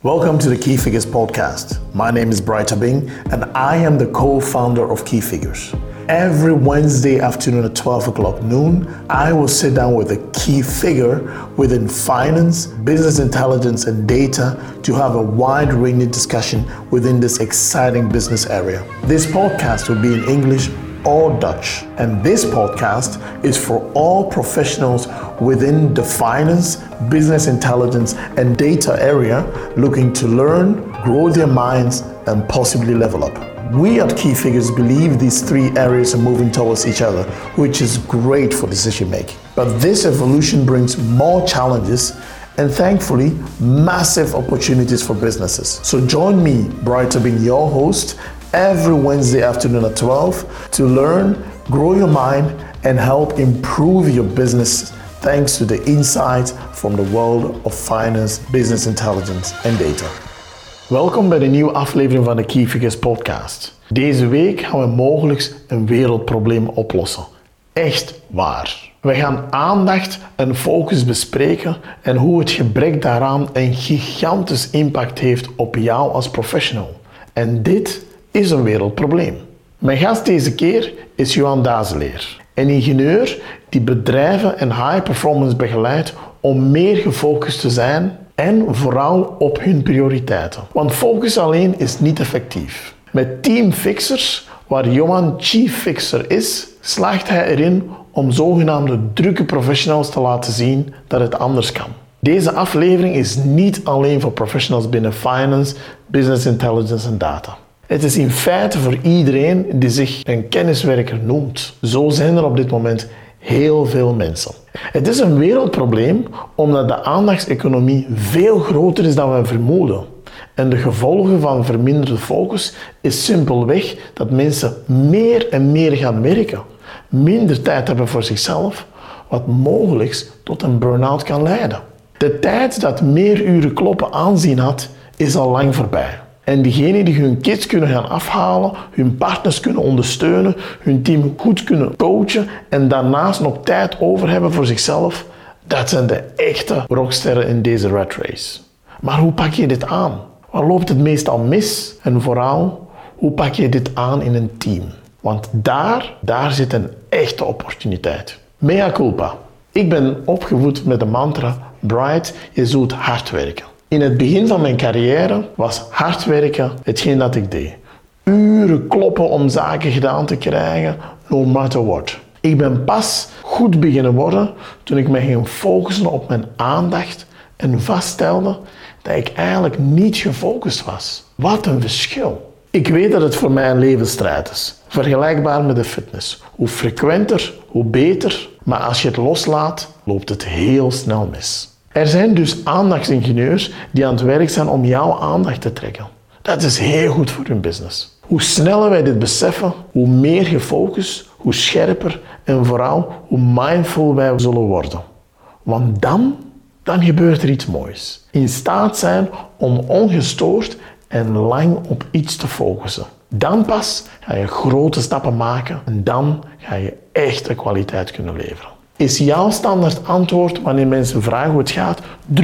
Welcome to the Key Figures podcast. My name is Bright Abing and I am the co-founder of Key Figures. Every Wednesday afternoon at 12 o'clock noon, I will sit down with a key figure within finance, business intelligence, and data to have a wide-ranging discussion within this exciting business area. This podcast will be in English or Dutch, and this podcast is for all professionals within the finance, business intelligence, and data area looking to learn, grow their minds, and possibly level up. We at Key Figures believe these three areas are moving towards each other, which is great for decision making. But this evolution brings more challenges and thankfully massive opportunities for businesses. So join me, Bright Abing, your host, every Wednesday afternoon at 12 to learn, grow your mind, and help improve your business thanks to the insights from the world of finance, business intelligence en data. Welkom bij de nieuwe aflevering van de Key Figures podcast. Deze week gaan we mogelijk een wereldprobleem oplossen. Echt waar. We gaan aandacht en focus bespreken en hoe het gebrek daaraan een gigantisch impact heeft op jou als professional. En dit is een wereldprobleem. Mijn gast deze keer is Johan Dazeleer, een ingenieur die bedrijven en high performance begeleidt om meer gefocust te zijn en vooral op hun prioriteiten. Want focus alleen is niet effectief. Met Team Fixers, waar Johan Chief Fixer is, slaagt hij erin om zogenaamde drukke professionals te laten zien dat het anders kan. Deze aflevering is niet alleen voor professionals binnen finance, business intelligence en data. Het is in feite voor iedereen die zich een kenniswerker noemt. Zo zijn er op dit moment heel veel mensen. Het is een wereldprobleem omdat de aandachtseconomie veel groter is dan we vermoeden. En de gevolgen van verminderde focus is simpelweg dat mensen meer en meer gaan werken, minder tijd hebben voor zichzelf, wat mogelijk tot een burn-out kan leiden. De tijd dat meer uren kloppen aanzien had, is al lang voorbij. En diegenen die hun kids kunnen gaan afhalen, hun partners kunnen ondersteunen, hun team goed kunnen coachen en daarnaast nog tijd over hebben voor zichzelf, dat zijn de echte rocksterren in deze rat race. Maar hoe pak je dit aan? Waar loopt het meestal mis? En vooral, hoe pak je dit aan in een team? Want daar zit een echte opportuniteit. Mea culpa. Ik ben opgevoed met de mantra, Bright, je zult hard werken. In het begin van mijn carrière was hard werken hetgeen dat ik deed. Uren kloppen om zaken gedaan te krijgen, no matter what. Ik ben pas goed beginnen worden toen ik me ging focussen op mijn aandacht en vaststelde dat ik eigenlijk niet gefocust was. Wat een verschil. Ik weet dat het voor mij een levensstrijd is. Vergelijkbaar met de fitness. Hoe frequenter, hoe beter. Maar als je het loslaat, loopt het heel snel mis. Er zijn dus aandachtsingenieurs die aan het werk zijn om jouw aandacht te trekken. Dat is heel goed voor hun business. Hoe sneller wij dit beseffen, hoe meer gefocust, hoe scherper en vooral hoe mindful wij zullen worden. Want dan gebeurt er iets moois. In staat zijn om ongestoord en lang op iets te focussen. Dan pas ga je grote stappen maken en dan ga je echte kwaliteit kunnen leveren. Is jouw standaard antwoord wanneer mensen vragen hoe het gaat,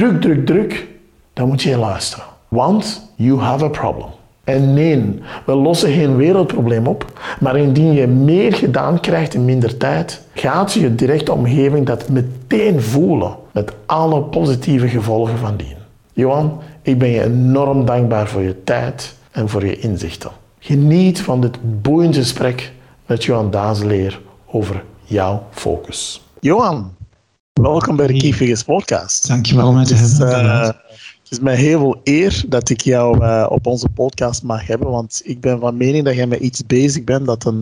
druk, dan moet je luisteren. Want you have a problem. En nee, we lossen geen wereldprobleem op, maar indien je meer gedaan krijgt in minder tijd, gaat je directe omgeving dat meteen voelen met alle positieve gevolgen van dien. Johan, ik ben je enorm dankbaar voor je tijd en voor je inzichten. Geniet van dit boeiende gesprek met Johan Dazeleer over jouw focus. Johan, welkom bij de Key Figures podcast. Dankjewel om mij te hebben. Het is mij heel veel eer dat ik jou op onze podcast mag hebben, want ik ben van mening dat jij met iets bezig bent dat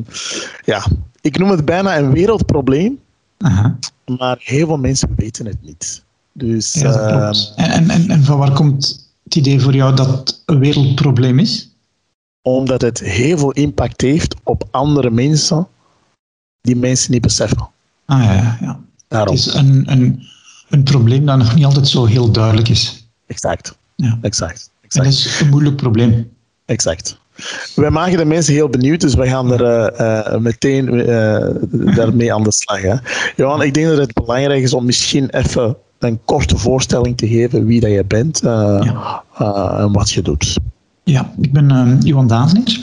ik noem het bijna een wereldprobleem, maar heel veel mensen weten het niet. Dus, ja, dat klopt. En van waar komt het idee voor jou dat het een wereldprobleem is? Omdat het heel veel impact heeft op andere mensen die mensen niet beseffen. Ja. Daarom. Het is een probleem dat nog niet altijd zo heel duidelijk is. Exact. Ja. Exact. En dat is een moeilijk probleem. Exact. Wij maken de mensen heel benieuwd, dus we gaan er meteen daarmee aan de slag. Hè. Johan, ik denk dat het belangrijk is om misschien even een korte voorstelling te geven wie dat je bent en wat je doet. Ja, ik ben Johan Daveneer.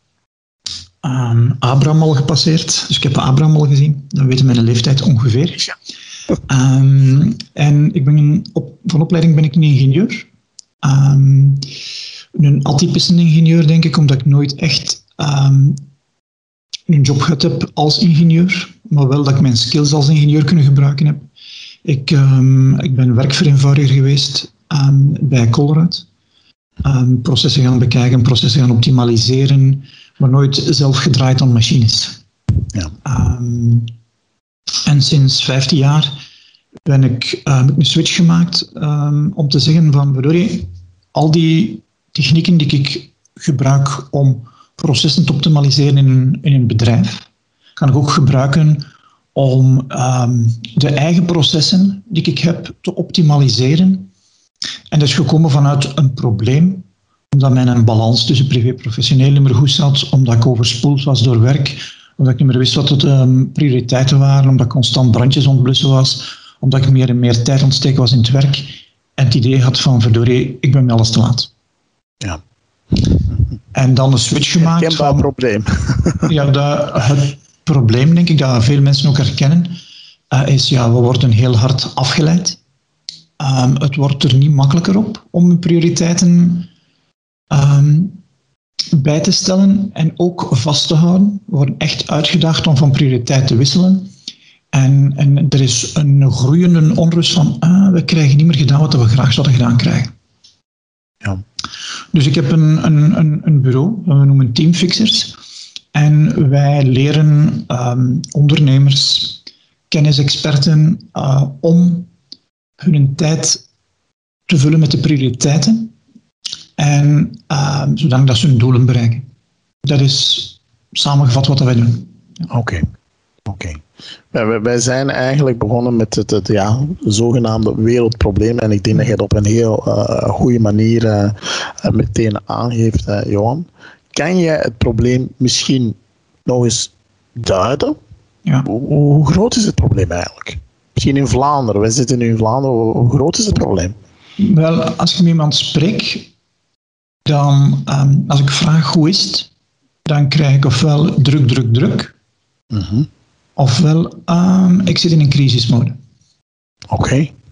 Abraham al gepasseerd, dus ik heb Abraham al gezien. Dan weten mijn leeftijd ongeveer. Ja. En ik ben van opleiding ben ik een ingenieur. Een atypische ingenieur, denk ik, omdat ik nooit echt een job gehad heb als ingenieur, maar wel dat ik mijn skills als ingenieur kunnen gebruiken heb. Ik ben werkvereenvoudiger geweest bij Colruyt. Processen gaan bekijken, processen gaan optimaliseren, maar nooit zelf gedraaid aan machines. Ja. En sinds 15 jaar heb ik een switch gemaakt om te zeggen van, verdorie, al die technieken die ik gebruik om processen te optimaliseren in een bedrijf, kan ik ook gebruiken om de eigen processen die ik heb te optimaliseren. En dat is gekomen vanuit een probleem, omdat mijn balans tussen privé en professioneel niet meer goed zat, omdat ik overspoeld was door werk, omdat ik niet meer wist wat de prioriteiten waren, omdat ik constant brandjes ontblussen was, omdat ik meer en meer tijd ontsteken was in het werk en het idee had van, verdorie, ik ben met alles te laat. Ja. En dan een switch gemaakt. Herkenbaar probleem. Het probleem, denk ik, dat veel mensen ook herkennen, is, we worden heel hard afgeleid. Het wordt er niet makkelijker op om je prioriteiten bij te stellen en ook vast te houden. We worden echt uitgedaagd om van prioriteit te wisselen. En er is een groeiende onrust van, we krijgen niet meer gedaan wat we graag zouden gedaan krijgen. Ja. Dus ik heb een bureau, we noemen Teamfixers. En wij leren ondernemers, kennisexperten om hun tijd te vullen met de prioriteiten en zodat dat ze hun doelen bereiken. Dat is samengevat wat wij doen. Oké. Wij zijn eigenlijk begonnen met het zogenaamde wereldprobleem en ik denk dat je het op een heel goede manier meteen aangeeft, Johan. Kan jij het probleem misschien nog eens duiden? Ja. Hoe groot is het probleem eigenlijk? Misschien in Vlaanderen. Wij zitten nu in Vlaanderen. Hoe groot is het probleem? Wel, als ik met iemand spreek, dan als ik vraag hoe is het, dan krijg ik ofwel druk. Mm-hmm. Ofwel, ik zit in een crisismode. Oké.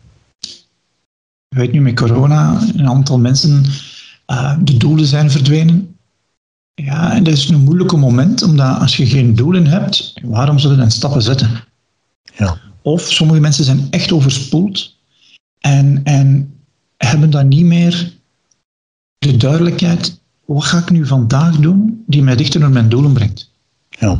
Je weet nu met corona, een aantal mensen, de doelen zijn verdwenen. Ja, en dat is een moeilijk moment, omdat als je geen doelen hebt, waarom zullen je dan stappen zetten? Ja. Of sommige mensen zijn echt overspoeld en hebben dan niet meer de duidelijkheid, wat ga ik nu vandaag doen die mij dichter naar mijn doelen brengt? Ja.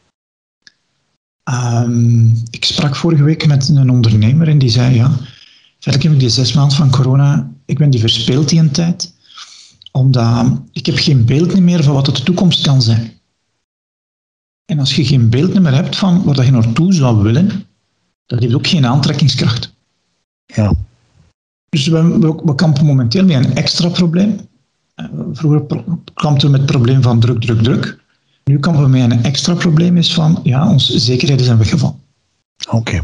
Ik sprak vorige week met een ondernemer en die zei, eigenlijk heb ik die 6 maanden van corona, ik ben die verspeeld die een tijd, omdat ik heb geen beeld meer van wat de toekomst kan zijn. En als je geen beeld meer hebt van waar je naartoe zou willen, dat heeft ook geen aantrekkingskracht. Ja. Dus we kampen momenteel met een extra probleem. Vroeger kampten we met het probleem van druk. Nu kampen we met een extra probleem is van, onze zekerheden zijn weggevallen. Oké.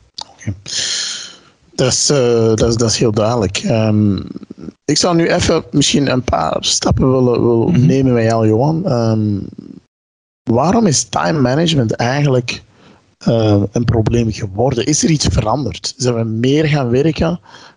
Dat is heel duidelijk. Ik zou nu even misschien een paar stappen willen nemen met jou, Johan. Waarom is time management eigenlijk een probleem geworden? Is er iets veranderd? Zijn we meer gaan werken?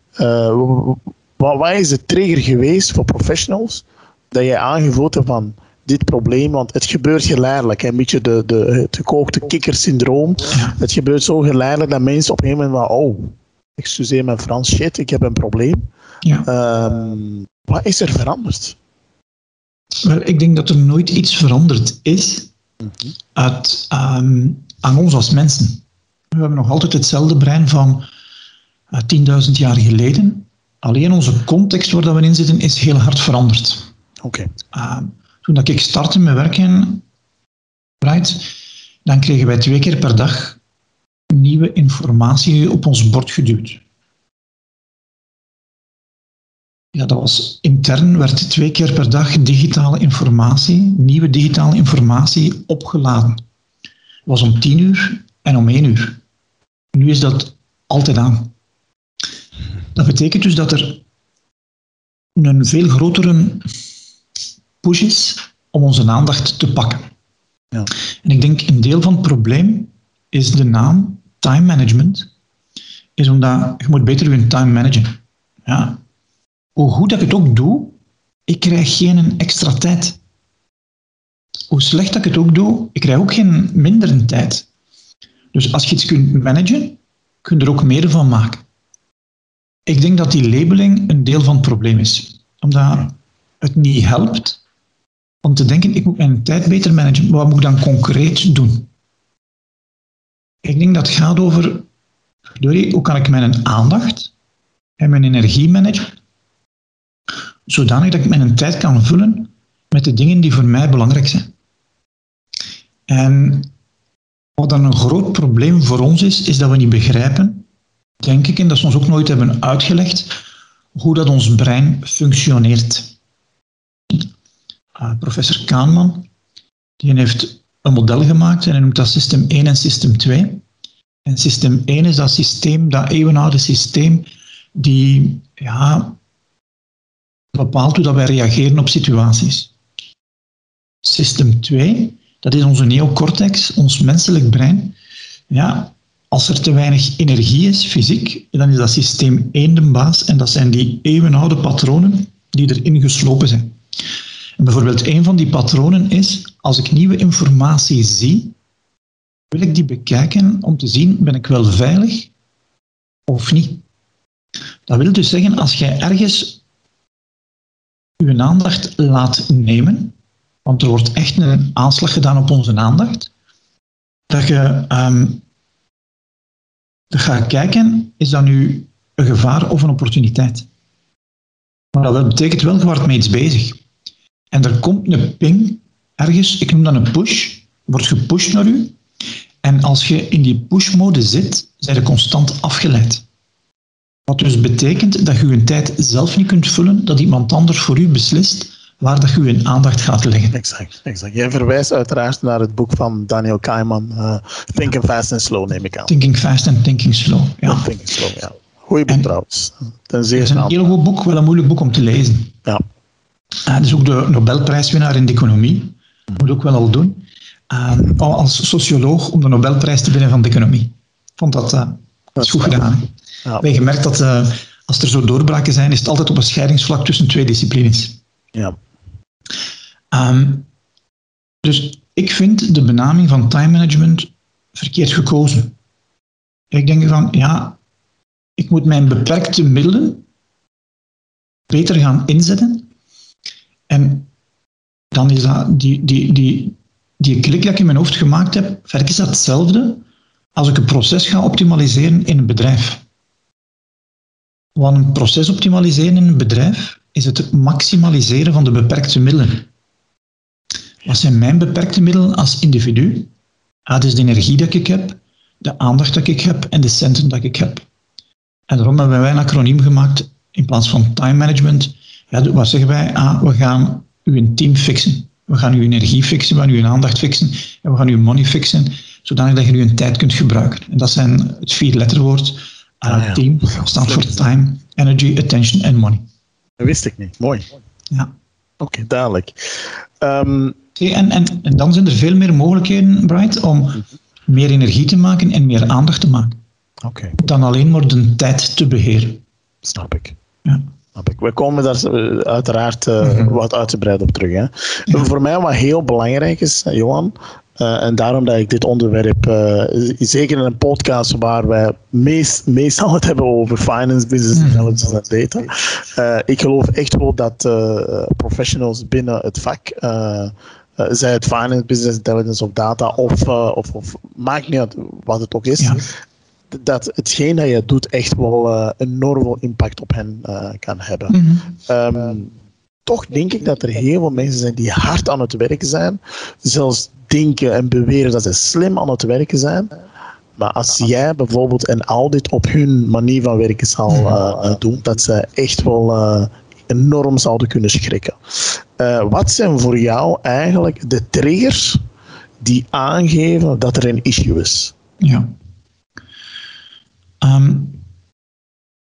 Wat is de trigger geweest voor professionals dat jij aangevoeld hebt van dit probleem? Want het gebeurt geleidelijk. Een beetje het gekookte kikkersyndroom. Ja. Het gebeurt zo geleidelijk dat mensen op een gegeven moment van excuseer mijn Frans, shit, ik heb een probleem. Ja. Wat is er veranderd? Wel, ik denk dat er nooit iets veranderd is aan ons als mensen. We hebben nog altijd hetzelfde brein van 10.000 jaar geleden. Alleen onze context waar we in zitten is heel hard veranderd. Okay. Toen ik startte met werken, dan kregen wij 2 keer per dag nieuwe informatie op ons bord geduwd. Ja, dat was intern, werd 2 keer per dag nieuwe digitale informatie opgeladen. Dat was om 10 uur en om 1 uur. Nu is dat altijd aan. Dat betekent dus dat er een veel grotere push is om onze aandacht te pakken. Ja. En ik denk een deel van het probleem is de naam time management, is omdat je moet beter je time managen. Ja. Hoe goed dat ik het ook doe, ik krijg geen extra tijd. Hoe slecht dat ik het ook doe, ik krijg ook geen minder tijd. Dus als je iets kunt managen, kun je er ook meer van maken. Ik denk dat die labeling een deel van het probleem is. Omdat het niet helpt om te denken, ik moet mijn tijd beter managen. Maar wat moet ik dan concreet doen? Ik denk dat het gaat over, hoe kan ik mijn aandacht en mijn energie managen, zodanig dat ik mijn tijd kan vullen met de dingen die voor mij belangrijk zijn. En wat dan een groot probleem voor ons is dat we niet begrijpen, denk ik, en dat ze ons ook nooit hebben uitgelegd, hoe dat ons brein functioneert. Professor Kahneman, die heeft een model gemaakt en hij noemt dat systeem 1 en systeem 2. En systeem 1 is dat systeem, dat eeuwenoude systeem, die bepaalt hoe dat wij reageren op situaties. Systeem 2, dat is onze neocortex, ons menselijk brein. Ja, als er te weinig energie is, fysiek, dan is dat systeem 1 de baas en dat zijn die eeuwenoude patronen die erin geslopen zijn. En bijvoorbeeld een van die patronen is, als ik nieuwe informatie zie, wil ik die bekijken om te zien, ben ik wel veilig of niet? Dat wil dus zeggen, als jij ergens je aandacht laat nemen, want er wordt echt een aanslag gedaan op onze aandacht, dat je gaat kijken, is dat nu een gevaar of een opportuniteit? Maar dat betekent wel, je wordt mee iets bezig. En er komt een ping ergens, ik noem dat een push, wordt gepusht naar u. En als je in die push-mode zit, ben je constant afgeleid. Wat dus betekent dat je je tijd zelf niet kunt vullen, dat iemand anders voor u beslist waar dat je je aandacht gaat leggen. Exact. Jij verwijst uiteraard naar het boek van Daniel Kahneman, Thinking Fast and Slow, neem ik aan. Thinking Fast and Thinking Slow, ja. Thinking Slow, ja. Goeie boek trouwens. Het is een heel goed boek, wel een moeilijk boek om te lezen. Ja. Het is ook de Nobelprijswinnaar in de economie. Moet ook wel al doen. Als socioloog om de Nobelprijs te winnen van de economie. Ik vond dat is goed gedaan. Ja. We hebben gemerkt dat als er zo doorbraken zijn, is het altijd op een scheidingsvlak tussen twee disciplines. Ja. Dus ik vind de benaming van time management verkeerd gekozen. Ik denk van, ik moet mijn beperkte middelen beter gaan inzetten. En dan is dat die klik dat ik in mijn hoofd gemaakt heb, verder is dat hetzelfde als ik een proces ga optimaliseren in een bedrijf. Want een proces optimaliseren in een bedrijf is het maximaliseren van de beperkte middelen. Wat zijn mijn beperkte middelen als individu? Dat is de energie dat ik heb, de aandacht dat ik heb en de centen dat ik heb. En daarom hebben wij een acroniem gemaakt in plaats van time management. Wat zeggen wij? We gaan uw team fixen. We gaan uw energie fixen, we gaan uw aandacht fixen en we gaan uw money fixen, zodanig dat je uw tijd kunt gebruiken. En dat zijn het 4-letterwoord. Team staat voor time, energy, attention en money. Dat wist ik niet. Mooi. Ja. Oké, duidelijk. En dan zijn er veel meer mogelijkheden, Bright, om meer energie te maken en meer aandacht te maken. Dan alleen maar de tijd te beheren. Snap ik. Ja. We komen daar uiteraard wat uitgebreid op terug. Hè. Ja. Voor mij wat heel belangrijk is, Johan, en daarom dat ik dit onderwerp, zeker in een podcast waar wij meestal het hebben over finance, business intelligence en data, ik geloof echt wel dat professionals binnen het vak, zij het finance, business intelligence of data of maakt niet uit wat het ook is, dat hetgeen dat je doet echt wel enorm veel impact op hen kan hebben. Toch denk ik dat er heel veel mensen zijn die hard aan het werken zijn, zelfs denken en beweren dat ze slim aan het werken zijn. Maar als jij bijvoorbeeld een audit op hun manier van werken zal doen, dat ze echt wel enorm zouden kunnen schrikken. Wat zijn voor jou eigenlijk de triggers die aangeven dat er een issue is? Ja. De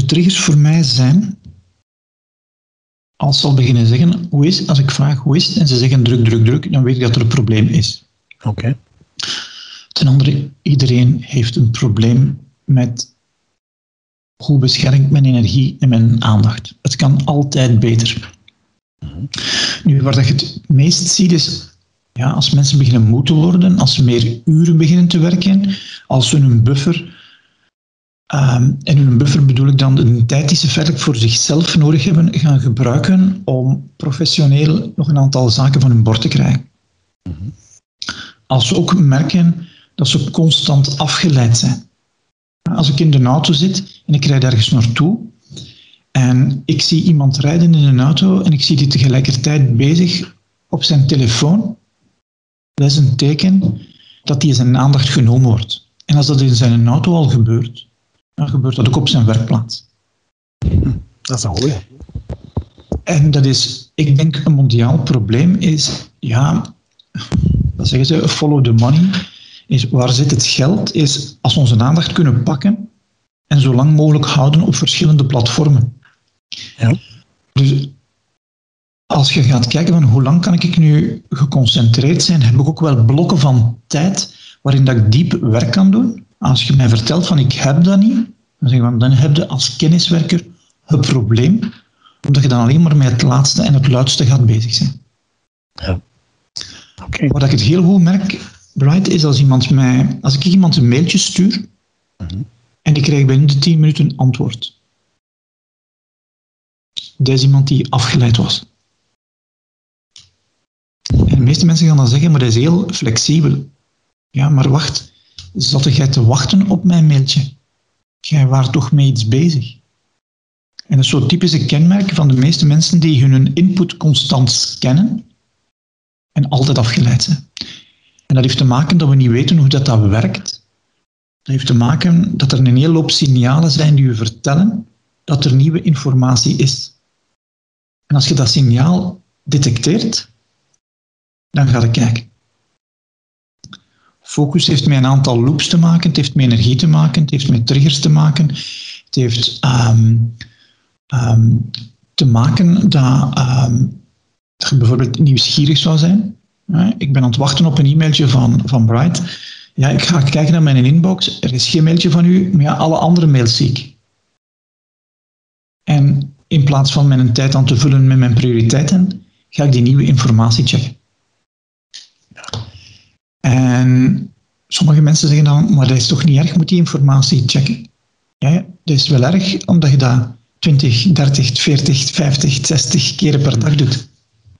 triggers voor mij zijn, als ze al beginnen zeggen, als ik vraag hoe is het, en ze zeggen druk, dan weet ik dat er een probleem is. Oké. Ten andere, iedereen heeft een probleem met hoe bescherm ik mijn energie en mijn aandacht. Het kan altijd beter. Nu, waar je het meest ziet is, als mensen beginnen moe te worden, als ze meer uren beginnen te werken, als ze hun buffer, en hun buffer bedoel ik dan de tijd die ze verder voor zichzelf nodig hebben, gaan gebruiken om professioneel nog een aantal zaken van hun bord te krijgen. Als ze ook merken dat ze constant afgeleid zijn. Als ik in de auto zit en ik rijd ergens naartoe en ik zie iemand rijden in een auto en ik zie die tegelijkertijd bezig op zijn telefoon, dat is een teken dat die in zijn aandacht genomen wordt. En als dat in zijn auto al gebeurt, dan gebeurt dat ook op zijn werkplaats. Dat is een goeie. En dat is, ik denk, een mondiaal probleem is, wat zeggen ze, follow the money. Is waar zit het geld, is als we onze aandacht kunnen pakken en zo lang mogelijk houden op verschillende platformen. Ja. Dus als je gaat kijken van hoe lang kan ik nu geconcentreerd zijn, heb ik ook wel blokken van tijd waarin dat ik diep werk kan doen. Als je mij vertelt van ik heb dat niet, dan heb je als kenniswerker het probleem, omdat je dan alleen maar met het laatste en het luidste gaat bezig zijn. Ja. Okay. Wat ik het heel goed merk, Bright, is als ik iemand een mailtje stuur en ik krijg binnen de 10 minuten een antwoord. Dat is iemand die afgeleid was. En de meeste mensen gaan dan zeggen, maar dat is heel flexibel. Ja, maar wacht, zat jij te wachten op mijn mailtje? Jij was toch mee iets bezig? En dat is zo'n typische kenmerk van de meeste mensen die hun input constant scannen en altijd afgeleid zijn. En dat heeft te maken dat we niet weten hoe dat werkt. Dat heeft te maken dat er een hele hoop signalen zijn die u vertellen dat er nieuwe informatie is. En als je dat signaal detecteert, dan ga je kijken. Focus heeft met een aantal loops te maken, het heeft met energie te maken, het heeft met triggers te maken, het heeft te maken dat je bijvoorbeeld nieuwsgierig zou zijn. Ik ben aan het wachten op een e-mailtje van Bright. Ja, ik ga kijken naar mijn inbox. Er is geen mailtje van u, maar alle andere mails zie ik. En in plaats van mijn tijd aan te vullen met mijn prioriteiten, ga ik die nieuwe informatie checken. En sommige mensen zeggen dan, maar dat is toch niet erg, je moet die informatie checken. Ja, dat is wel erg, omdat je dat 20, 30, 40, 50, 60 keren per dag doet.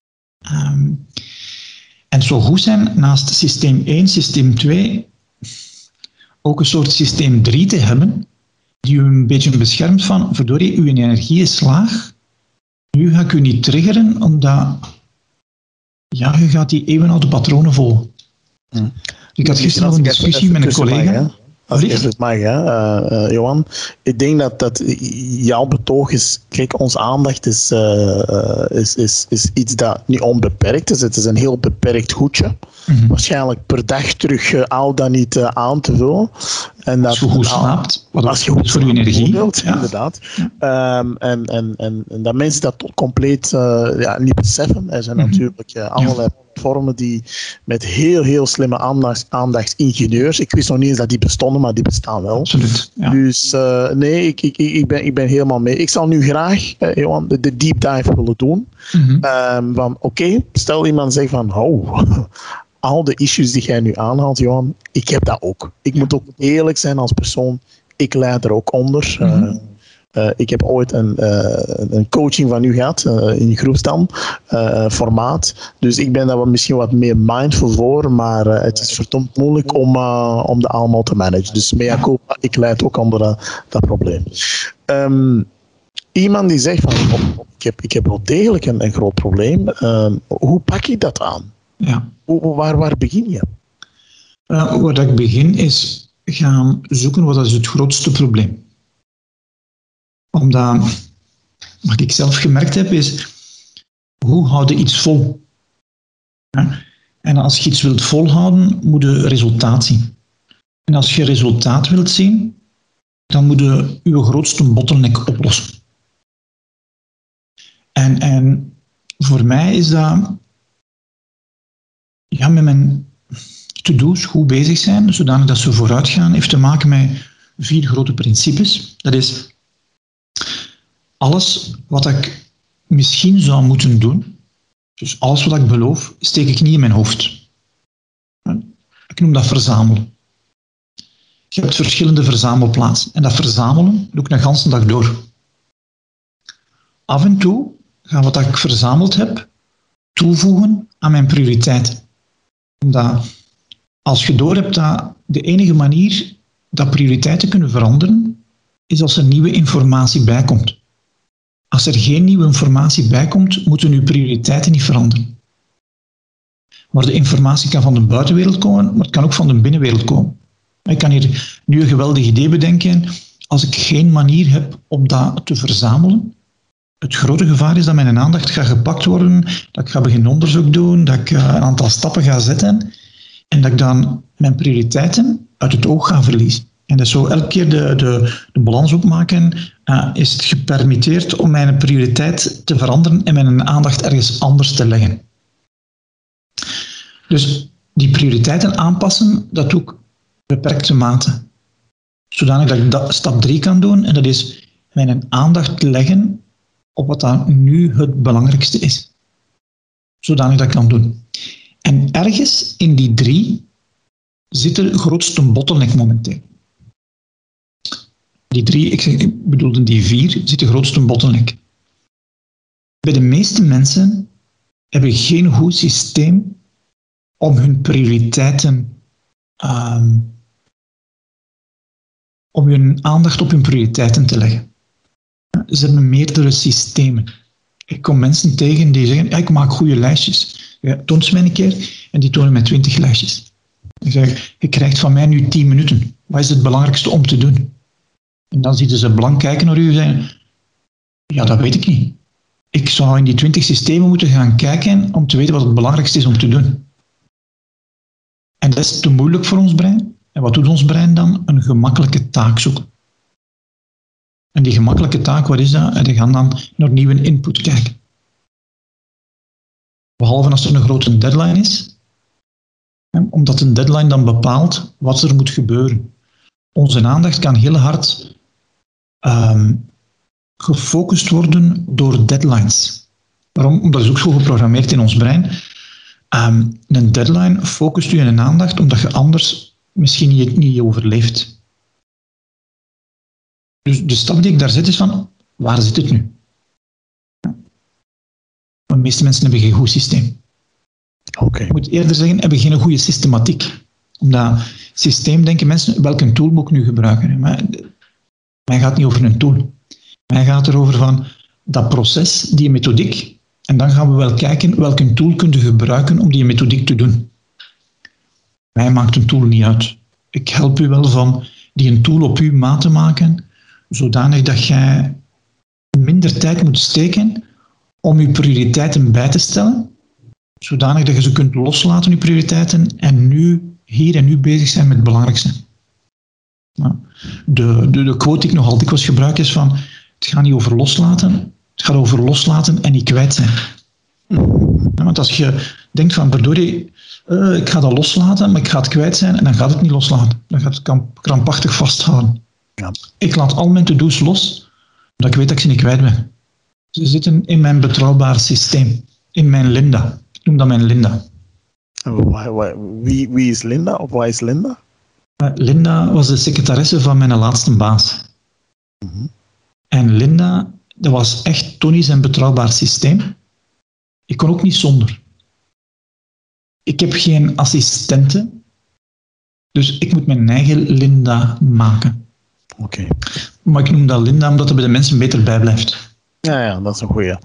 En het zou goed zijn, naast systeem 1, systeem 2, ook een soort systeem 3 te hebben, die u een beetje beschermt van, verdorie, uw energie is laag, nu ga ik u niet triggeren, omdat je gaat die eeuwenoude patronen volgen. Ik had gisteren nog een discussie met een collega. Als ik het mag, Johan. Ik denk dat jouw betoog is... Kijk, onze aandacht is iets dat niet onbeperkt is. Het is een heel beperkt goedje. Waarschijnlijk per dag terug al dan niet aan te vullen. En dat, als je goed slaapt, wat als je goed voor je energie. Inderdaad. Ja. En dat mensen dat compleet niet beseffen. Er zijn natuurlijk allerlei vormen die met heel, heel slimme aandachtsingenieurs. Ik wist nog niet eens dat die bestonden, maar die bestaan wel. Absoluut. Ja. Dus nee, ik ben helemaal mee. Ik zal nu graag, Johan, de deep dive willen doen. Oké, stel iemand zegt van, al de issues die jij nu aanhaalt, Johan, ik heb dat ook. Ik moet ook eerlijk zijn als persoon. Ik lijd er ook onder. Ik heb ooit een coaching van u gehad, in groepsdan, formaat. Dus ik ben daar misschien wat meer mindful voor, maar het is verdomd moeilijk om dat allemaal te managen. Dus mea culpa, ik lijd ook onder dat probleem. Iemand die zegt van, ik heb wel degelijk een groot probleem. Hoe pak ik dat aan? Ja. Waar begin je? Waar ik begin is gaan zoeken wat is het grootste probleem. Omdat, wat ik zelf gemerkt heb, is hoe houd je iets vol? Ja? En als je iets wilt volhouden, moet je resultaat zien. En als je resultaat wilt zien, dan moet je uw grootste bottleneck oplossen. En voor mij is dat met mijn to-do's goed bezig zijn, zodanig dat ze vooruit gaan, heeft te maken met 4 grote principes. Dat is alles wat ik misschien zou moeten doen, dus alles wat ik beloof, steek ik niet in mijn hoofd. Ik noem dat verzamelen. Je hebt verschillende verzamelplaatsen. En dat verzamelen doe ik een ganse dag door. Af en toe ga wat ik verzameld heb toevoegen aan mijn prioriteiten. Omdat als je doorhebt dat de enige manier dat prioriteiten kunnen veranderen, is als er nieuwe informatie bijkomt. Als er geen nieuwe informatie bijkomt, moeten uw prioriteiten niet veranderen. Maar de informatie kan van de buitenwereld komen, maar het kan ook van de binnenwereld komen. Ik kan hier nu een geweldig idee bedenken. Als ik geen manier heb om dat te verzamelen, het grote gevaar is dat mijn aandacht gaat gepakt worden, dat ik ga beginnen onderzoek doen, dat ik een aantal stappen ga zetten en dat ik dan mijn prioriteiten uit het oog ga verliezen. En dat is zo elke keer de balans opmaken, is het gepermitteerd om mijn prioriteit te veranderen en mijn aandacht ergens anders te leggen. Dus die prioriteiten aanpassen, dat doe ik beperkte mate. Zodanig dat ik stap 3 kan doen, en dat is mijn aandacht leggen op wat dan nu het belangrijkste is. Zodanig dat ik kan doen. En ergens in die 3 zit de grootste bottleneck momenteel. Die 3, ik bedoelde die 4, zit de grootste bottleneck. Bij de meeste mensen hebben geen goed systeem om hun prioriteiten, om hun aandacht op hun prioriteiten te leggen. Ze hebben meerdere systemen. Ik kom mensen tegen die zeggen, ik maak goede lijstjes. Ja, toon ze mij een keer en die tonen mij 20 lijstjes. Ik zeg, je krijgt van mij nu 10 minuten. Wat is het belangrijkste om te doen? En dan zitten ze blank kijken naar u en zeggen, ja, dat weet ik niet. Ik zou in die 20 systemen moeten gaan kijken om te weten wat het belangrijkste is om te doen. En dat is te moeilijk voor ons brein. En wat doet ons brein dan? Een gemakkelijke taak zoeken. En die gemakkelijke taak, wat is dat? En die gaan dan naar nieuwe input kijken. Behalve als er een grote deadline is. Omdat een deadline dan bepaalt wat er moet gebeuren. Onze aandacht kan heel hard gefocust worden door deadlines. Waarom? Omdat het ook zo geprogrammeerd in ons brein. Een deadline focust u in een aandacht omdat je anders misschien niet overleeft. Dus de stap die ik daar zet is van, waar zit het nu? De meeste mensen hebben geen goed systeem. Okay. Ik moet eerder zeggen, hebben geen goede systematiek. Omdat systeem denken mensen, welke tool moet ik nu gebruiken? Maar mij gaat niet over een tool. Mij gaat erover van dat proces, die methodiek. En dan gaan we wel kijken welke tool kun je gebruiken om die methodiek te doen. Mij maakt een tool niet uit. Ik help u wel van die een tool op uw maat te maken, zodanig dat jij minder tijd moet steken om je prioriteiten bij te stellen, zodanig dat je ze kunt loslaten, je prioriteiten, en nu, hier en nu bezig zijn met het belangrijkste. Nou, de quote die ik nog altijd dikwijls gebruik is van, het gaat niet over loslaten, het gaat over loslaten en niet kwijt zijn. Ja, want als je denkt van, verdorie, ik ga dat loslaten, maar ik ga het kwijt zijn, en dan gaat het niet loslaten. Dan gaat het krampachtig vasthouden. Ja. Ik laat al mijn to-do's los, omdat ik weet dat ik ze niet kwijt ben. Ze zitten in mijn betrouwbaar systeem, in mijn Linda. Ik noem dat mijn Linda. Wie is Linda, of waar is Linda? Linda was de secretaresse van mijn laatste baas. Mm-hmm. En Linda, dat was echt Tony zijn betrouwbaar systeem. Ik kon ook niet zonder. Ik heb geen assistenten, dus ik moet mijn eigen Linda maken. Okay. Maar ik noem dat Linda omdat het bij de mensen beter bijblijft. Ja, dat is een goeie.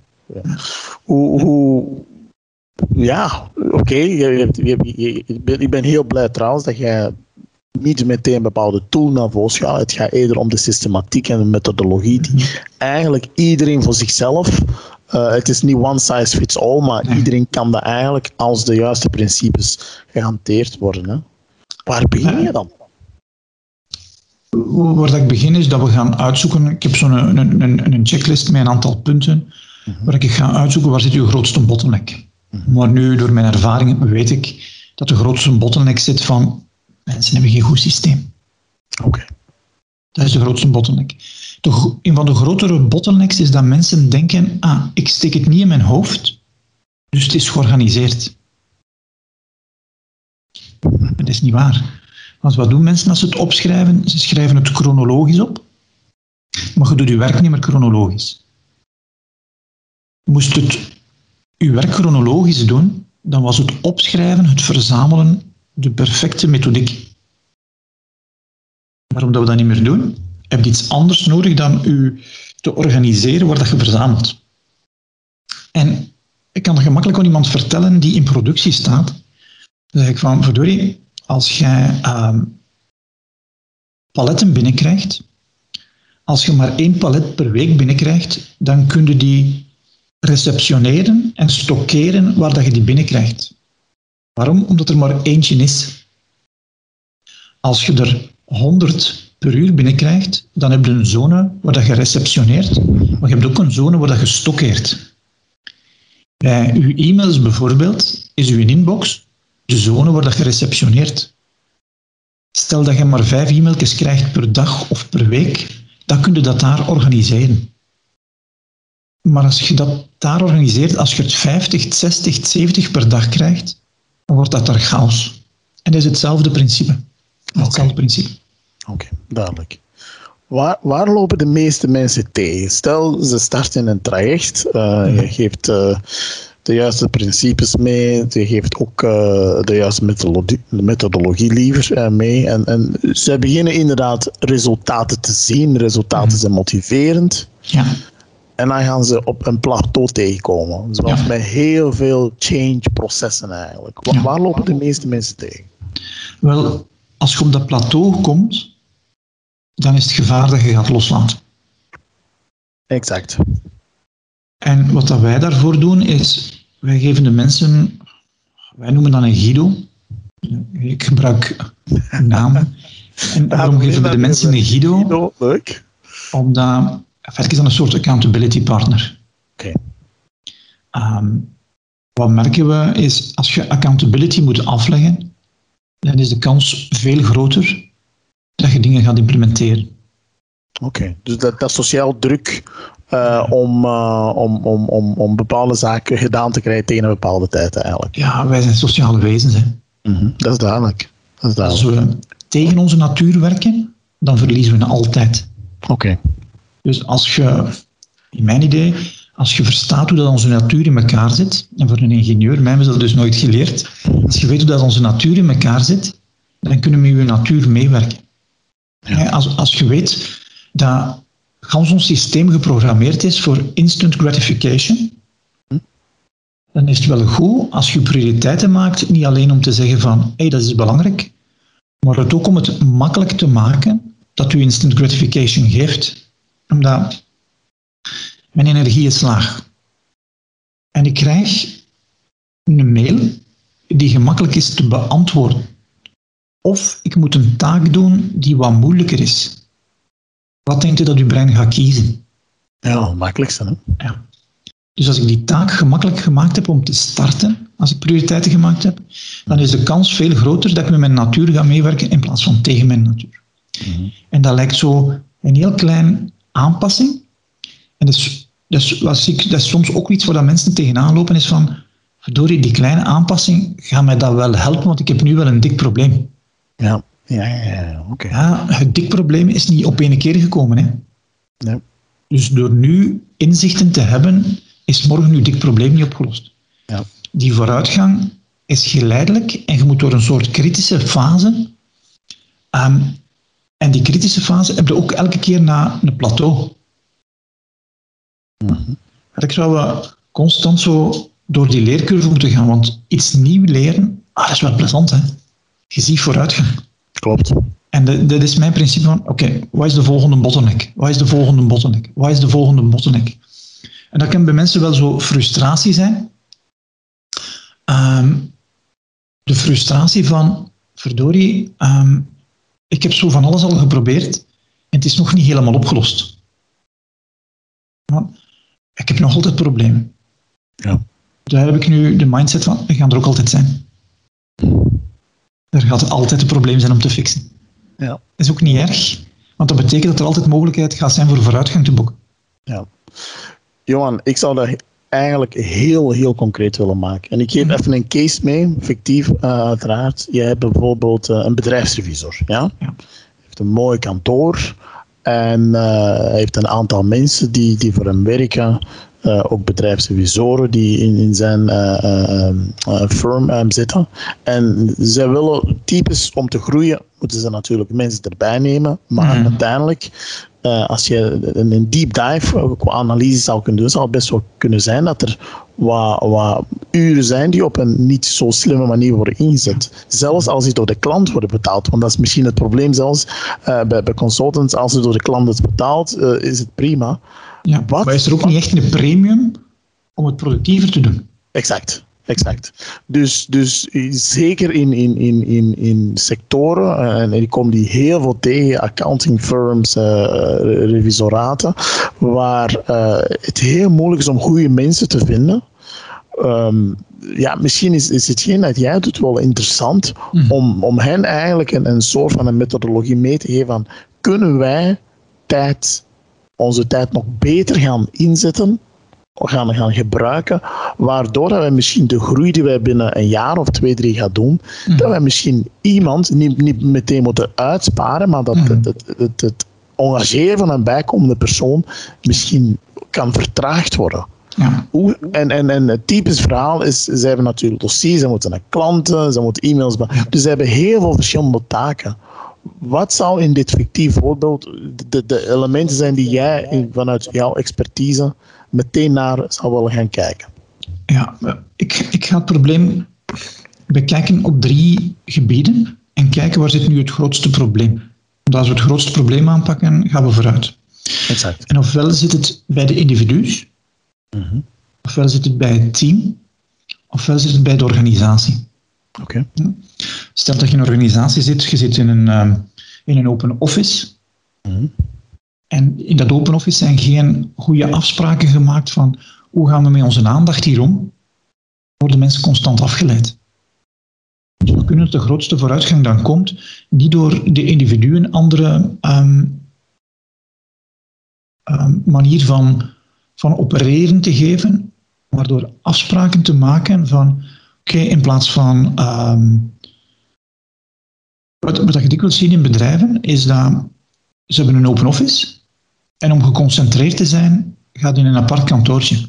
Ja, oké. Ik ben heel blij trouwens dat jij niet meteen een bepaalde tool naar voren gaat. Het gaat eerder om de systematiek en de methodologie die eigenlijk iedereen voor zichzelf, het is niet one size fits all, maar iedereen kan dat eigenlijk als de juiste principes gehanteerd worden. Hè? Waar begin je dan? waar dat ik begin is dat we gaan uitzoeken. Ik heb zo'n een checklist met een aantal punten waar ik ga uitzoeken waar zit uw grootste bottleneck. Maar nu, door mijn ervaring, weet ik dat de grootste bottleneck zit van mensen hebben geen goed systeem. Oké. Dat is de grootste bottleneck. Een van de grotere bottlenecks is dat mensen denken, ik steek het niet in mijn hoofd, dus het is georganiseerd. Dat is niet waar. Want wat doen mensen als ze het opschrijven? Ze schrijven het chronologisch op, maar je doet je werk niet meer chronologisch. Moest het je werk chronologisch doen, dan was het opschrijven, het verzamelen, de perfecte methodiek. Maar omdat we dat niet meer doen, heb je iets anders nodig dan je te organiseren waar dat je verzamelt. En ik kan dat gemakkelijk aan iemand vertellen die in productie staat. Dan zeg ik van, verdorie, als jij paletten binnenkrijgt, als je maar 1 palet per week binnenkrijgt, dan kun je die receptioneren en stockeren waar dat je die binnenkrijgt. Waarom? Omdat er maar eentje is. Als je er 100 per uur binnenkrijgt, dan heb je een zone waar dat je receptioneert, maar je hebt ook een zone waar dat je stockeert. Bij uw e-mails bijvoorbeeld is uw inbox de zone waar dat je receptioneert. Stel dat je maar 5 e-mailtjes krijgt per dag of per week, dan kun je dat daar organiseren. Maar als je dat daar organiseert, als je het 50, 60, 70 per dag krijgt, dan wordt dat daar chaos. En dat is hetzelfde principe. Oké, duidelijk. Waar lopen de meeste mensen tegen? Stel, ze starten een traject, je geeft de juiste principes mee, je geeft ook de juiste methodologie liever mee. En ze beginnen inderdaad resultaten te zien. Resultaten zijn motiverend. Ja. En dan gaan ze op een plateau tegenkomen. Zoals met heel veel change-processen eigenlijk. Waar lopen de meeste mensen tegen? Wel, als je op dat plateau komt, dan is het gevaar dat je gaat loslaten. Exact. En wat dat wij daarvoor doen, is, wij geven de mensen, wij noemen dat een Guido. Ik gebruik namen. En waarom geven we de mensen een Guido? Leuk. Omdat, het is dan een soort accountability partner. Oké. Wat merken we is, als je accountability moet afleggen, dan is de kans veel groter dat je dingen gaat implementeren. Oké. Dus dat sociaal druk om bepaalde zaken gedaan te krijgen tegen een bepaalde tijd eigenlijk. Ja, wij zijn sociale wezens. Hè. Dat is duidelijk. Als we tegen onze natuur werken, dan verliezen we altijd. Oké. Dus als je, in mijn idee, als je verstaat hoe dat onze natuur in elkaar zit, en voor een ingenieur, mij hebben ze dat dus nooit geleerd, als je weet hoe dat onze natuur in elkaar zit, dan kunnen we met je natuur meewerken. Ja. Als je weet dat gans ons systeem geprogrammeerd is voor instant gratification, dan is het wel goed als je prioriteiten maakt, niet alleen om te zeggen van, dat is belangrijk, maar het ook om het makkelijk te maken dat u instant gratification geeft. Omdat mijn energie is laag. En ik krijg een mail die gemakkelijk is te beantwoorden. Of ik moet een taak doen die wat moeilijker is. Wat denkt u dat uw brein gaat kiezen? Ja, het makkelijkste. Hè? Ja. Dus als ik die taak gemakkelijk gemaakt heb om te starten, als ik prioriteiten gemaakt heb, dan is de kans veel groter dat ik met mijn natuur ga meewerken in plaats van tegen mijn natuur. En dat lijkt zo een heel klein aanpassing. En dat is soms ook iets waar dat mensen tegenaan lopen, is van, verdorie, die kleine aanpassing gaat mij dat wel helpen, want ik heb nu wel een dik probleem. Ja, oké. Ja, het dik probleem is niet op één keer gekomen. Hè. Nee. Dus door nu inzichten te hebben, is morgen uw dik probleem niet opgelost. Ja. Die vooruitgang is geleidelijk en je moet door een soort kritische fase. En die kritische fase heb je ook elke keer na een plateau. Ik zou constant zo door die leercurve moeten gaan, want iets nieuw leren, dat is wel plezant, hè. Je ziet vooruitgang. Klopt. En dat is mijn principe van, oké, wat is de volgende bottleneck? Wat is de volgende bottleneck? Wat is de volgende bottleneck? En dat kan bij mensen wel zo frustratie zijn. De frustratie van, verdorie, ik heb zo van alles al geprobeerd en het is nog niet helemaal opgelost. Maar ik heb nog altijd problemen. Ja. Daar heb ik nu de mindset van, we gaan er ook altijd zijn. Er gaat altijd een probleem zijn om te fixen. Ja. Dat is ook niet erg, want dat betekent dat er altijd mogelijkheid gaat zijn voor vooruitgang te boeken. Ja. Johan, ik zou dat eigenlijk heel, heel concreet willen maken. En ik geef even een case mee, fictief uiteraard. Jij hebt bijvoorbeeld een bedrijfsrevisor. Ja? Ja. Heeft een mooi kantoor en heeft een aantal mensen die voor hem werken. Ook bedrijfsrevisoren die in zijn firm zitten. En zij willen typisch om te groeien, moeten ze natuurlijk mensen erbij nemen. Maar uiteindelijk, als je een deep dive qua analyse zou kunnen doen, zou het best wel kunnen zijn dat er wat uren zijn die op een niet zo slimme manier worden ingezet. Zelfs als die door de klant worden betaald. Want dat is misschien het probleem zelfs bij consultants. Als het door de klant is betaald, is het prima. Ja, maar is er ook niet echt een premium om het productiever te doen? Exact. Dus zeker in sectoren, en ik kom die heel veel tegen, accounting firms, revisoraten, waar het heel moeilijk is om goede mensen te vinden. Misschien is hetgeen dat jij doet wel interessant om hen eigenlijk een soort van een methodologie mee te geven van, kunnen wij onze tijd nog beter gaan inzetten, gaan gebruiken, waardoor dat wij misschien de groei die wij binnen een jaar of 2, 3 gaan doen, dat wij misschien iemand niet meteen moeten uitsparen, maar dat het engageren van een bijkomende persoon misschien kan vertraagd worden. Ja. En het typisch verhaal is, ze hebben natuurlijk dossiers, ze moeten naar klanten, ze moeten e-mails, dus ze hebben heel veel verschillende taken. Wat zou in dit fictief voorbeeld de elementen zijn die jij vanuit jouw expertise meteen naar zou willen gaan kijken? Ja, ik ga het probleem bekijken op 3 gebieden en kijken waar zit nu het grootste probleem. Als we het grootste probleem aanpakken, gaan we vooruit. Exact. En ofwel zit het bij de individu's, ofwel zit het bij het team, ofwel zit het bij de organisatie. Okay. Stel dat je in een organisatie zit, je zit in een open office. En in dat open office zijn geen goede afspraken gemaakt van hoe gaan we met onze aandacht hier om, worden mensen constant afgeleid. Dus we kunnen de grootste vooruitgang dan komt, niet door de individuen een andere manier van opereren te geven, maar door afspraken te maken van oké, in plaats van wat je dikwijls ziet in bedrijven, is dat ze hebben een open office en om geconcentreerd te zijn, gaat in een apart kantoortje.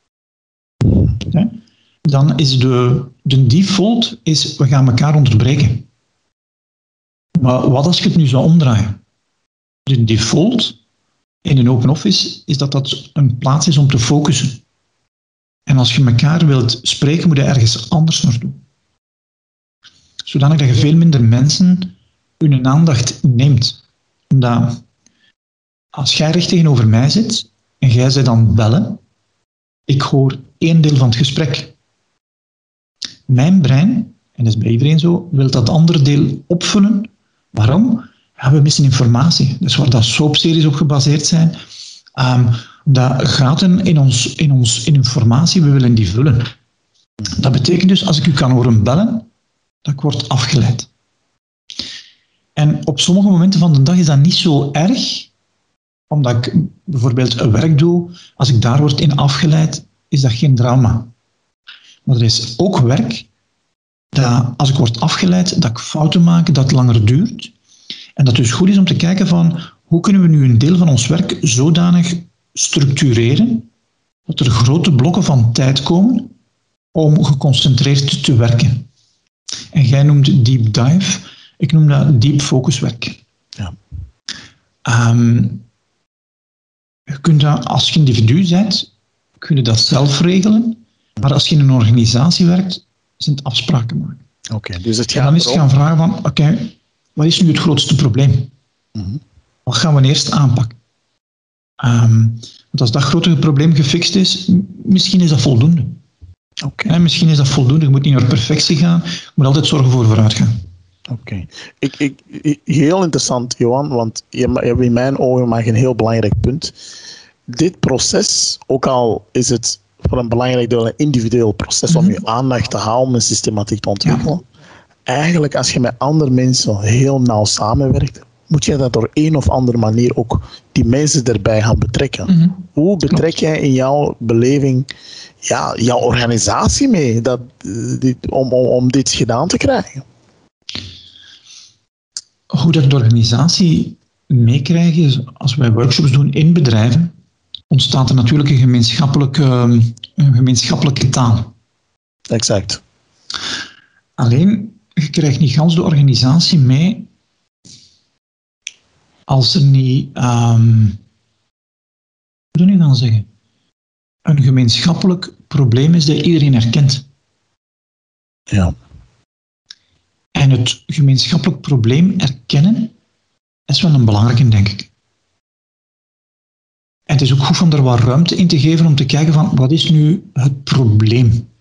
Dan is de default is, we gaan elkaar onderbreken. Maar wat als je het nu zou omdraaien? De default in een open office is dat een plaats is om te focussen. En als je elkaar wilt spreken, moet je ergens anders naartoe. Zodanig dat je veel minder mensen hun aandacht neemt. Omdat als jij recht tegenover mij zit en jij zij dan bellen, ik hoor 1 deel van het gesprek. Mijn brein, en dat is bij iedereen zo, wil dat andere deel opvullen. Waarom? Ja, we missen informatie. Dus waar dat soapseries op gebaseerd zijn, dat gaten in informatie, we willen die vullen. Dat betekent dus, als ik u kan horen bellen, dat ik word afgeleid. En op sommige momenten van de dag is dat niet zo erg, omdat ik bijvoorbeeld een werk doe, als ik daar word in afgeleid, is dat geen drama. Maar er is ook werk, dat als ik word afgeleid, dat ik fouten maak, dat het langer duurt. En dat het dus goed is om te kijken van, hoe kunnen we nu een deel van ons werk zodanig structureren, dat er grote blokken van tijd komen om geconcentreerd te werken. En jij noemt deep dive, ik noem dat deep focus werk. Ja. Je kunt dat, als je individu bent, kun je dat zelf regelen, maar als je in een organisatie werkt, zijn het afspraken maken. Okay, dus het gaat en dan is het gaan vragen van, oké, wat is nu het grootste probleem? Wat gaan we eerst aanpakken? Want als dat grote probleem gefixt is, misschien is dat voldoende. Okay. Misschien is dat voldoende, je moet niet naar perfectie gaan, je moet altijd zorgen voor vooruitgang. Oké. Heel interessant, Johan, want je hebt in mijn ogen maar een heel belangrijk punt. Dit proces, ook al is het voor een belangrijk deel een individueel proces om je aandacht te houden, om een systematiek te ontwikkelen. Ja. Eigenlijk, als je met andere mensen heel nauw samenwerkt, moet je dat op een of andere manier ook die mensen erbij gaan betrekken. Hoe betrek jij in jouw beleving jouw organisatie mee om dit gedaan te krijgen? Hoe dat de organisatie meekrijgen is, als wij workshops doen in bedrijven, ontstaat er natuurlijk een gemeenschappelijke taal. Exact. Alleen, je krijgt niet gans de organisatie mee als er niet, hoe moet ik dan zeggen, een gemeenschappelijk probleem is dat iedereen herkent. Ja. En het gemeenschappelijk probleem erkennen is wel een belangrijke, denk ik. En het is ook goed om er wat ruimte in te geven om te kijken van wat is nu het probleem.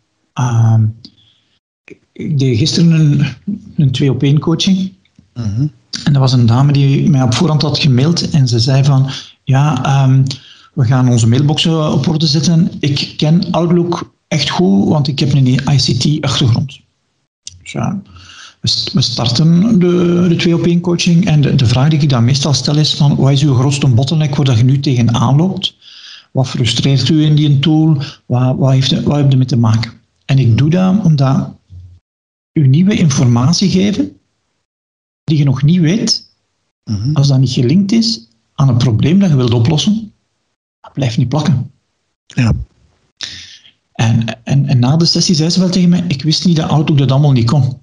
Ik deed gisteren een 2-op-1 coaching. En er was een dame die mij op voorhand had gemaild en ze zei van we gaan onze mailboxen op orde zetten. Ik ken Outlook echt goed, want ik heb een ICT-achtergrond. Dus we starten de 2-op-1 coaching en de vraag die ik dan meestal stel is van wat is uw grootste bottleneck waar je nu tegenaan loopt? Wat frustreert u in die tool? Wat heeft u mee te maken? En ik doe dat omdat u nieuwe informatie geven die je nog niet weet, als dat niet gelinkt is aan een probleem dat je wilt oplossen, dat blijft niet plakken. Ja. En na de sessie zei ze wel tegen mij, ik wist niet dat Outlook dat allemaal niet kon.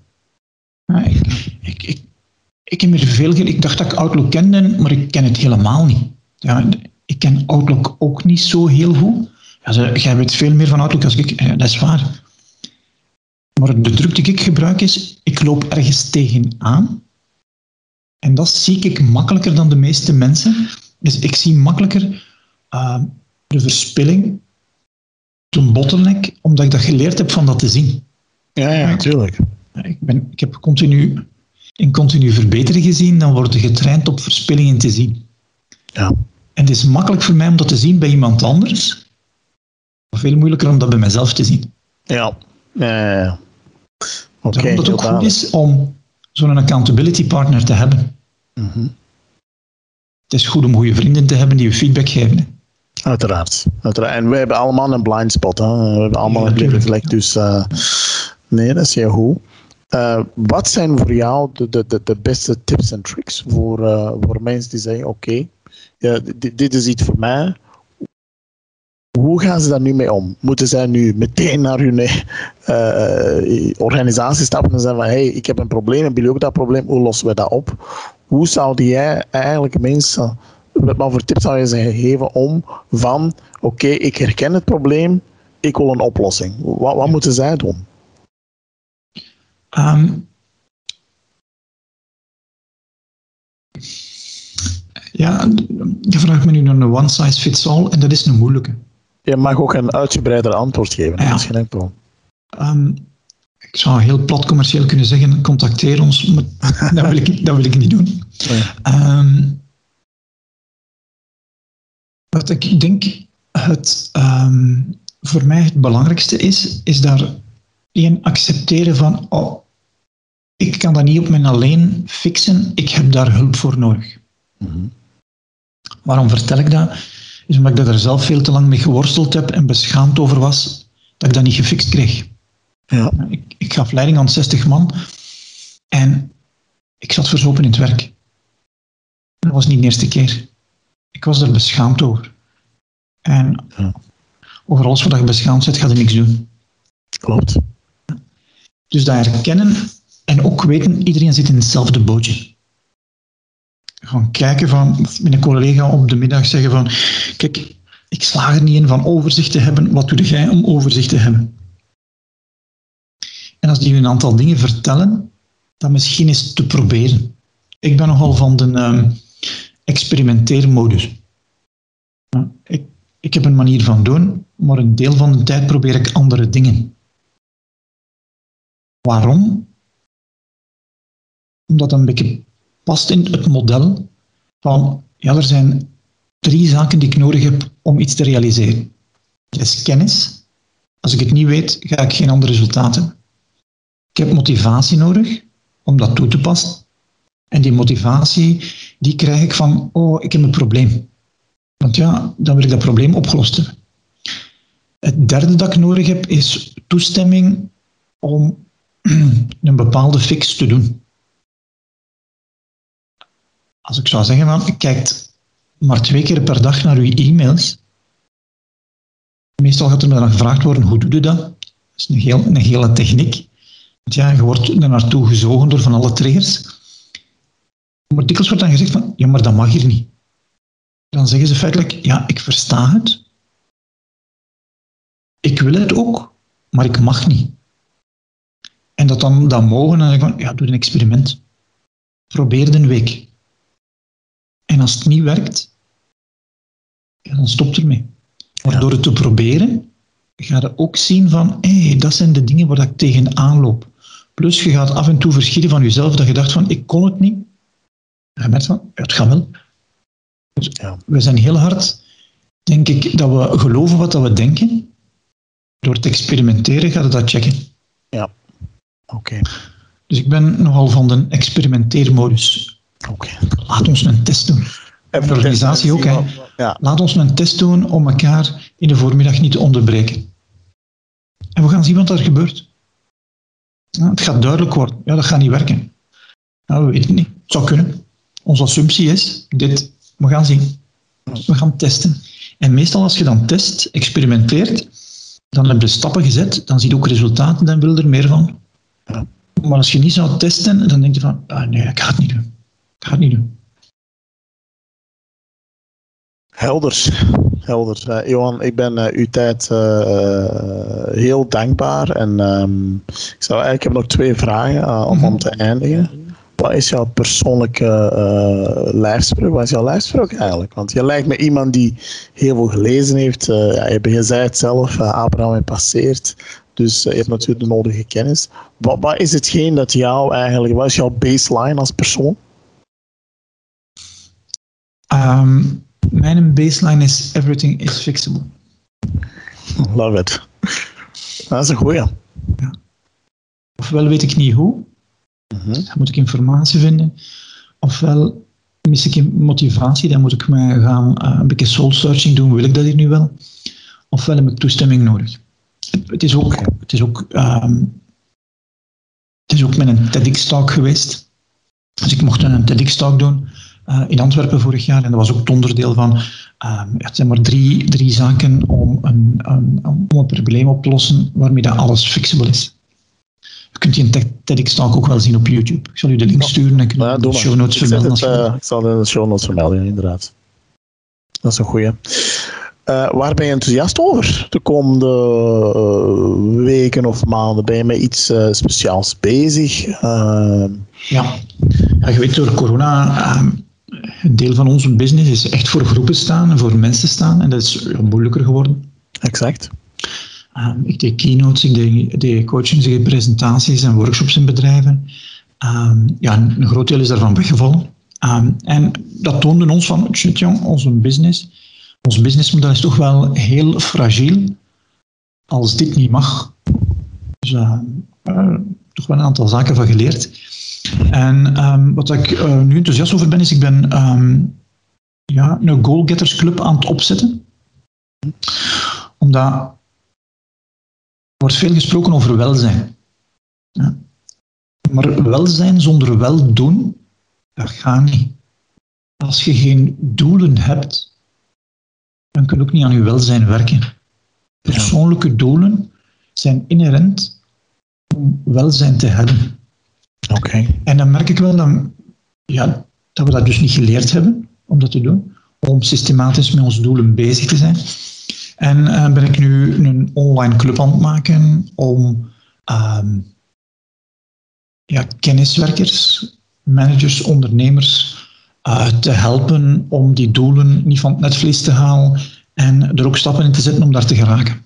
Ik heb er veel ik dacht dat ik Outlook kende, maar ik ken het helemaal niet. Ja, ik ken Outlook ook niet zo heel goed. Jij weet veel meer van Outlook als ik. Dat is waar. Maar de druk die ik gebruik is, ik loop ergens tegenaan. En dat zie ik makkelijker dan de meeste mensen. Dus ik zie makkelijker de verspilling, de bottleneck, omdat ik dat geleerd heb van dat te zien. Ja, natuurlijk. Ik heb continu verbeteren gezien, dan word je getraind op verspillingen te zien. Ja. En het is makkelijk voor mij om dat te zien bij iemand anders, maar veel moeilijker om dat bij mezelf te zien. Ja. Daarom dat het ook goed is om zo'n accountability partner te hebben. Het is goed om goede vrienden te hebben die je feedback geven. Hè. Uiteraard. En wij hebben allemaal een blind spot. Hè. We hebben allemaal een blinde vlek, dus nee, dat is heel goed. Wat zijn voor jou de beste tips en tricks voor mensen die zeggen, oké, dit is iets voor mij. Hoe gaan ze daar nu mee om? Moeten zij nu meteen naar hun organisatie stappen en zeggen van hey, ik heb een probleem, hebben jullie ook dat probleem? Hoe lossen we dat op? Hoe zou jij eigenlijk mensen, wat voor tips zou je ze geven om van oké, ik herken het probleem, ik wil een oplossing. Wat moeten zij doen? Je vraagt me nu naar een one size fits all en dat is een moeilijke. Je mag ook een uitgebreider antwoord geven. Ja. Dat is geen enkel. Ik zou heel plat commercieel kunnen zeggen, contacteer ons, maar dat wil ik niet doen. Ja. Wat ik denk voor mij het belangrijkste is daar accepteren van ik kan dat niet op mijn alleen fixen, ik heb daar hulp voor nodig. Waarom vertel ik dat? Is omdat ik er zelf veel te lang mee geworsteld heb en beschaamd over was dat ik dat niet gefixt kreeg. Ja. Ik gaf leiding aan 60 man en ik zat verzopen in het werk. Dat was niet de eerste keer. Ik was er beschaamd over. En over alles wat je beschaamd bent, ga je niks doen. Klopt. Dus dat herkennen en ook weten, iedereen zit in hetzelfde bootje. Gewoon kijken van, of met een collega op de middag zeggen van, kijk, ik slaag er niet in van overzicht te hebben, wat doe jij om overzicht te hebben? En als die een aantal dingen vertellen, dan misschien eens te proberen. Ik ben nogal van de experimenteermodus. Ik heb een manier van doen, maar een deel van de tijd probeer ik andere dingen. Waarom? omdat dat een beetje past in het model van, ja, er zijn 3 zaken die ik nodig heb om iets te realiseren. Dat is kennis. Als ik het niet weet, ga ik geen ander resultaat hebben. Ik heb motivatie nodig om dat toe te passen. En die motivatie, die krijg ik van, ik heb een probleem. Want ja, dan wil ik dat probleem opgelost hebben. Het derde dat ik nodig heb, is toestemming om een bepaalde fix te doen. Als ik zou zeggen, man, kijkt maar 2 keer per dag naar uw e-mails. Meestal gaat er me dan gevraagd worden, hoe doe je dat? Dat is een hele techniek. Want ja, je wordt er naartoe gezogen door van alle triggers. Maar dikwijls wordt dan gezegd van, ja, maar dat mag hier niet. Dan zeggen ze feitelijk, ja, ik versta het. Ik wil het ook, maar ik mag niet. En dat dan mogen, dan zeg ik van, ja, doe een experiment. Probeer het een week. En als het niet werkt, ja, dan stop ermee. Maar door het te proberen, ga je ook zien van, dat zijn de dingen waar ik tegenaan loop. Plus, je gaat af en toe verschillen van jezelf, dat je dacht van, ik kon het niet. En je merkt van, het gaat wel. Dus we zijn heel hard, denk ik, dat we geloven wat we denken. Door te experimenteren gaat je dat checken. Ja, oké. Dus ik ben nogal van de experimenteermodus. Oké. Laat ons een test doen. En de organisatie ook, hè. Ja. Laat ons een test doen om elkaar in de voormiddag niet te onderbreken. En we gaan zien wat er gebeurt. Ja, het gaat duidelijk worden. Ja, dat gaat niet werken. Nou, we weten het niet. Het zou kunnen. Onze assumptie is dit. We gaan zien. We gaan testen. En meestal als je dan test, experimenteert, dan heb je stappen gezet, dan zie je ook resultaten, dan wil je er meer van. Ja. Maar als je niet zou testen, dan denk je van, nee, ik ga het niet doen. Ik ga het niet doen. Helder. Johan, ik ben uw tijd heel dankbaar. En ik heb nog 2 vragen om te eindigen. Wat is jouw persoonlijke lijfspreuk? Wat is jouw lijfspreuk eigenlijk? Want je lijkt me iemand die heel veel gelezen heeft. Je zei het zelf, Abraham heeft passeerd. Dus je hebt natuurlijk de nodige kennis. Wat is hetgeen dat wat is jouw baseline als persoon? Mijn baseline is everything is fixable. Love it. Dat is een goeie. Ja. Ofwel weet ik niet hoe. Dan moet ik informatie vinden. Ofwel mis ik motivatie. Dan moet ik me gaan een beetje soul searching doen. Wil ik dat hier nu wel? Ofwel heb ik toestemming nodig. Het is ook met een TEDx-talk geweest. Dus ik mocht een TEDx-talk doen in Antwerpen vorig jaar. En dat was ook het onderdeel van... het zijn maar drie zaken om een probleem op te lossen waarmee dat alles fixable is. Je kunt die TEDx-talk ook wel zien op YouTube. Ik zal u de link sturen en kun je de show notes vermelden. Ik zal de show notes vermelden, inderdaad. Dat is een goeie. Waar ben je enthousiast over de komende weken of maanden? Ben je met iets speciaals bezig? Ja, je weet, door corona... een deel van onze business is echt voor groepen staan en voor mensen staan. En dat is moeilijker geworden. Exact. Ik deed keynotes, ik deed coachings, ik deed presentaties en workshops in bedrijven. Een groot deel is daarvan weggevallen. En dat toonde ons van, ons businessmodel is toch wel heel fragiel als dit niet mag. Dus toch wel een aantal zaken van geleerd. En wat ik nu enthousiast over ben, is ik ben een goalgetters club aan het opzetten. Omdat er wordt veel gesproken over welzijn. Ja. Maar welzijn zonder weldoen, dat gaat niet. Als je geen doelen hebt, dan kun je ook niet aan je welzijn werken. Persoonlijke doelen zijn inherent om welzijn te hebben. Okay. En dan merk ik wel dat we dat dus niet geleerd hebben om dat te doen, om systematisch met onze doelen bezig te zijn. En ben ik nu een online club aan het maken om kenniswerkers, managers, ondernemers te helpen om die doelen niet van het netvlies te halen en er ook stappen in te zetten om daar te geraken.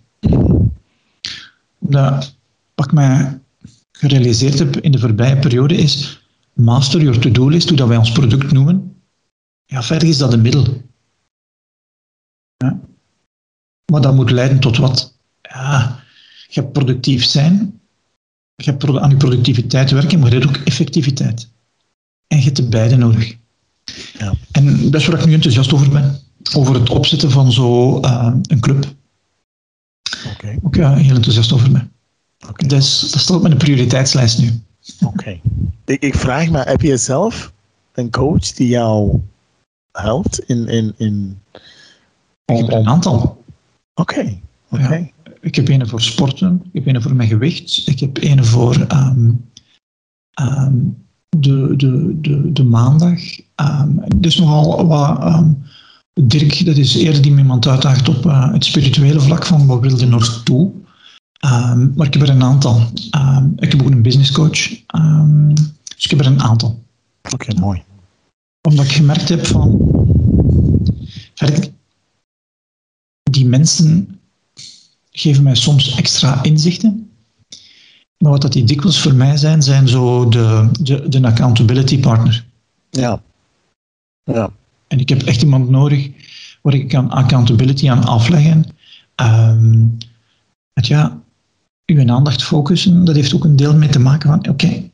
Wat ik mij gerealiseerd heb in de voorbije periode is, master your to-do list, hoe dat wij ons product noemen. Ja, verder is dat een middel. Ja. Maar dat moet leiden tot wat? Ja, je hebt productief zijn, je hebt aan je productiviteit werken, maar je hebt ook effectiviteit. En je hebt de beide nodig. Ja. En dat is waar ik nu enthousiast over ben. Over het opzetten van een club. Okay. Ook heel enthousiast over ben. Okay. Dus dat staat op mijn prioriteitslijst nu. Oké. Ik vraag me, heb je zelf een coach die jou helpt in... Ik heb een aantal. Oké. Ja, ik heb een voor sporten, ik heb een voor mijn gewicht, ik heb een voor de maandag. Dus nogal wat... Dirk, dat is eerder die iemand uitdaagt op het spirituele vlak van wat wilde naartoe. Maar ik heb er een aantal. Ik heb ook een business coach. Dus ik heb er een aantal. Oké, mooi. Omdat ik gemerkt heb van... Die mensen geven mij soms extra inzichten. Maar wat dat die dikwijls voor mij zijn zo de accountability partner. Ja. Ja. En ik heb echt iemand nodig waar ik kan accountability aan afleggen. Uw aandacht focussen, dat heeft ook een deel mee te maken van, oké,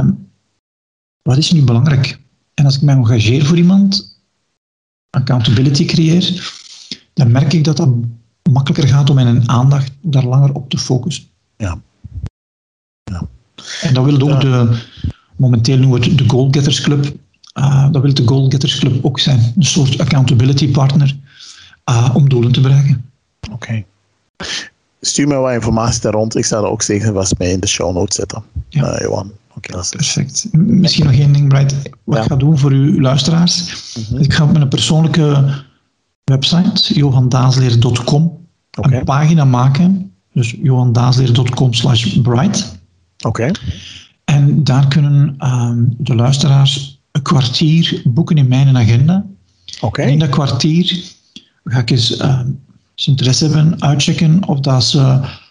wat is nu belangrijk? En als ik mij engageer voor iemand, accountability creëer, dan merk ik dat dat makkelijker gaat om mijn aandacht daar langer op te focussen. Ja. Ja. En dat wil ook momenteel noemen we het de Goalgetters Club. Dat wil de Goalgetters Club ook zijn. Een soort accountability partner om doelen te bereiken. Oké. Stuur me wat informatie daar rond. Ik zal er ook zeker vast mee in de show notes zetten. Ja. Johan. Okay, dat is perfect. Misschien nog één ding, Bright. Wat ik ga doen voor uw luisteraars. Mm-hmm. Ik ga op mijn persoonlijke website, johandaasleer.com, een pagina maken. Dus johandaasleer.com/bright. Oké. En daar kunnen de luisteraars een kwartier boeken in mijn agenda. Oké. En in dat kwartier ga ik eens ze interesse hebben, uitchecken of dat ze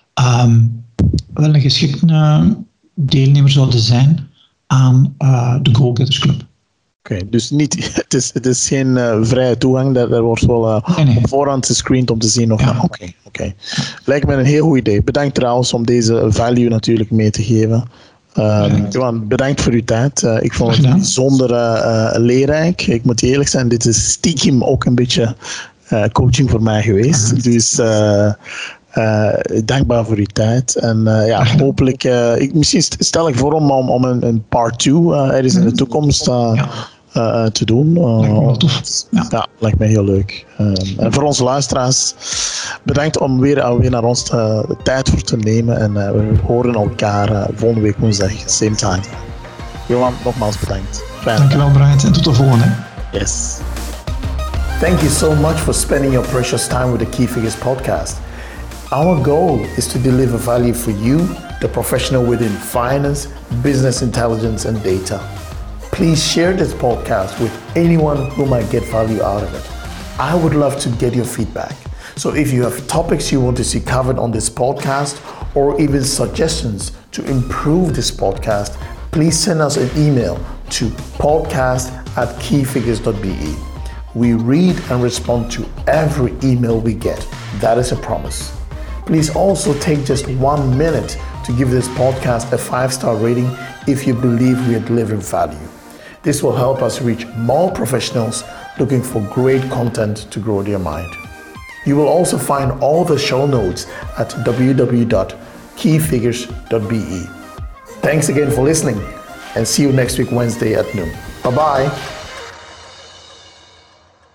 wel een geschikte deelnemer zouden zijn aan de Goalgetters Club. Oké, dus niet, het is geen vrije toegang, daar wordt wel op voorhand gescreend om te zien of... Ja. Oké. Lijkt me een heel goed idee. Bedankt trouwens om deze value natuurlijk mee te geven. Johan, bedankt voor uw tijd. Ik vond het bijzonder leerrijk. Ik moet eerlijk zijn, dit is stiekem ook een beetje coaching voor mij geweest. Dus dankbaar voor uw tijd. En hopelijk... misschien stel ik voor om een part 2 ergens in de toekomst te doen. Lijkt me heel leuk. En voor onze luisteraars, bedankt om weer naar ons tijd voor te nemen. En we horen elkaar volgende week woensdag, same time. Johan, nogmaals bedankt. Dankjewel, Brian. En tot de volgende. Yes. Thank you so much for spending your precious time with the Key Figures podcast. Our goal is to deliver value for you, the professional within finance, business intelligence, and data. Please share this podcast with anyone who might get value out of it. I would love to get your feedback. So if you have topics you want to see covered on this podcast or even suggestions to improve this podcast, please send us an email to podcast@keyfigures.be. We read and respond to every email we get. That is a promise. Please also take just 1 minute to give this podcast a 5-star rating if you believe we are delivering value. This will help us reach more professionals looking for great content to grow their mind. You will also find all the show notes at www.keyfigures.be. Thanks again for listening and see you next week Wednesday at noon. Bye-bye.